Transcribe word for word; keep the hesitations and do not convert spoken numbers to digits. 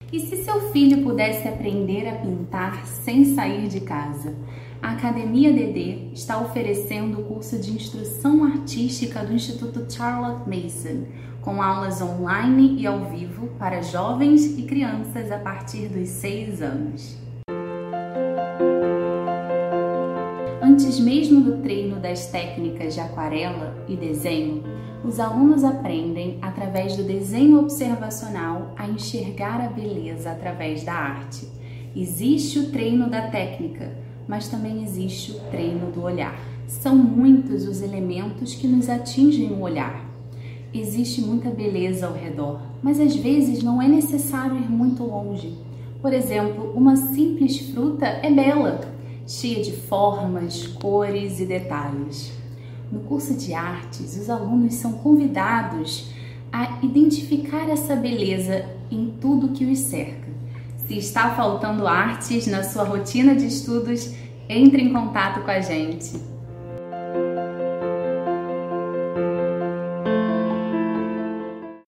E se seu filho pudesse aprender a pintar sem sair de casa? A Academia D D está oferecendo o curso de Instrução Artística do Instituto Charlotte Mason, com aulas online e ao vivo para jovens e crianças a partir dos seis anos. Antes mesmo do treino das técnicas de aquarela e desenho, os alunos aprendem, através do desenho observacional, a enxergar a beleza através da arte. Existe o treino da técnica, mas também existe o treino do olhar. São muitos os elementos que nos atingem o olhar. Existe muita beleza ao redor, mas às vezes não é necessário ir muito longe. Por exemplo, uma simples fruta é bela, cheia de formas, cores e detalhes. No curso de artes, os alunos são convidados a identificar essa beleza em tudo que os cerca. Se está faltando artes na sua rotina de estudos, entre em contato com a gente.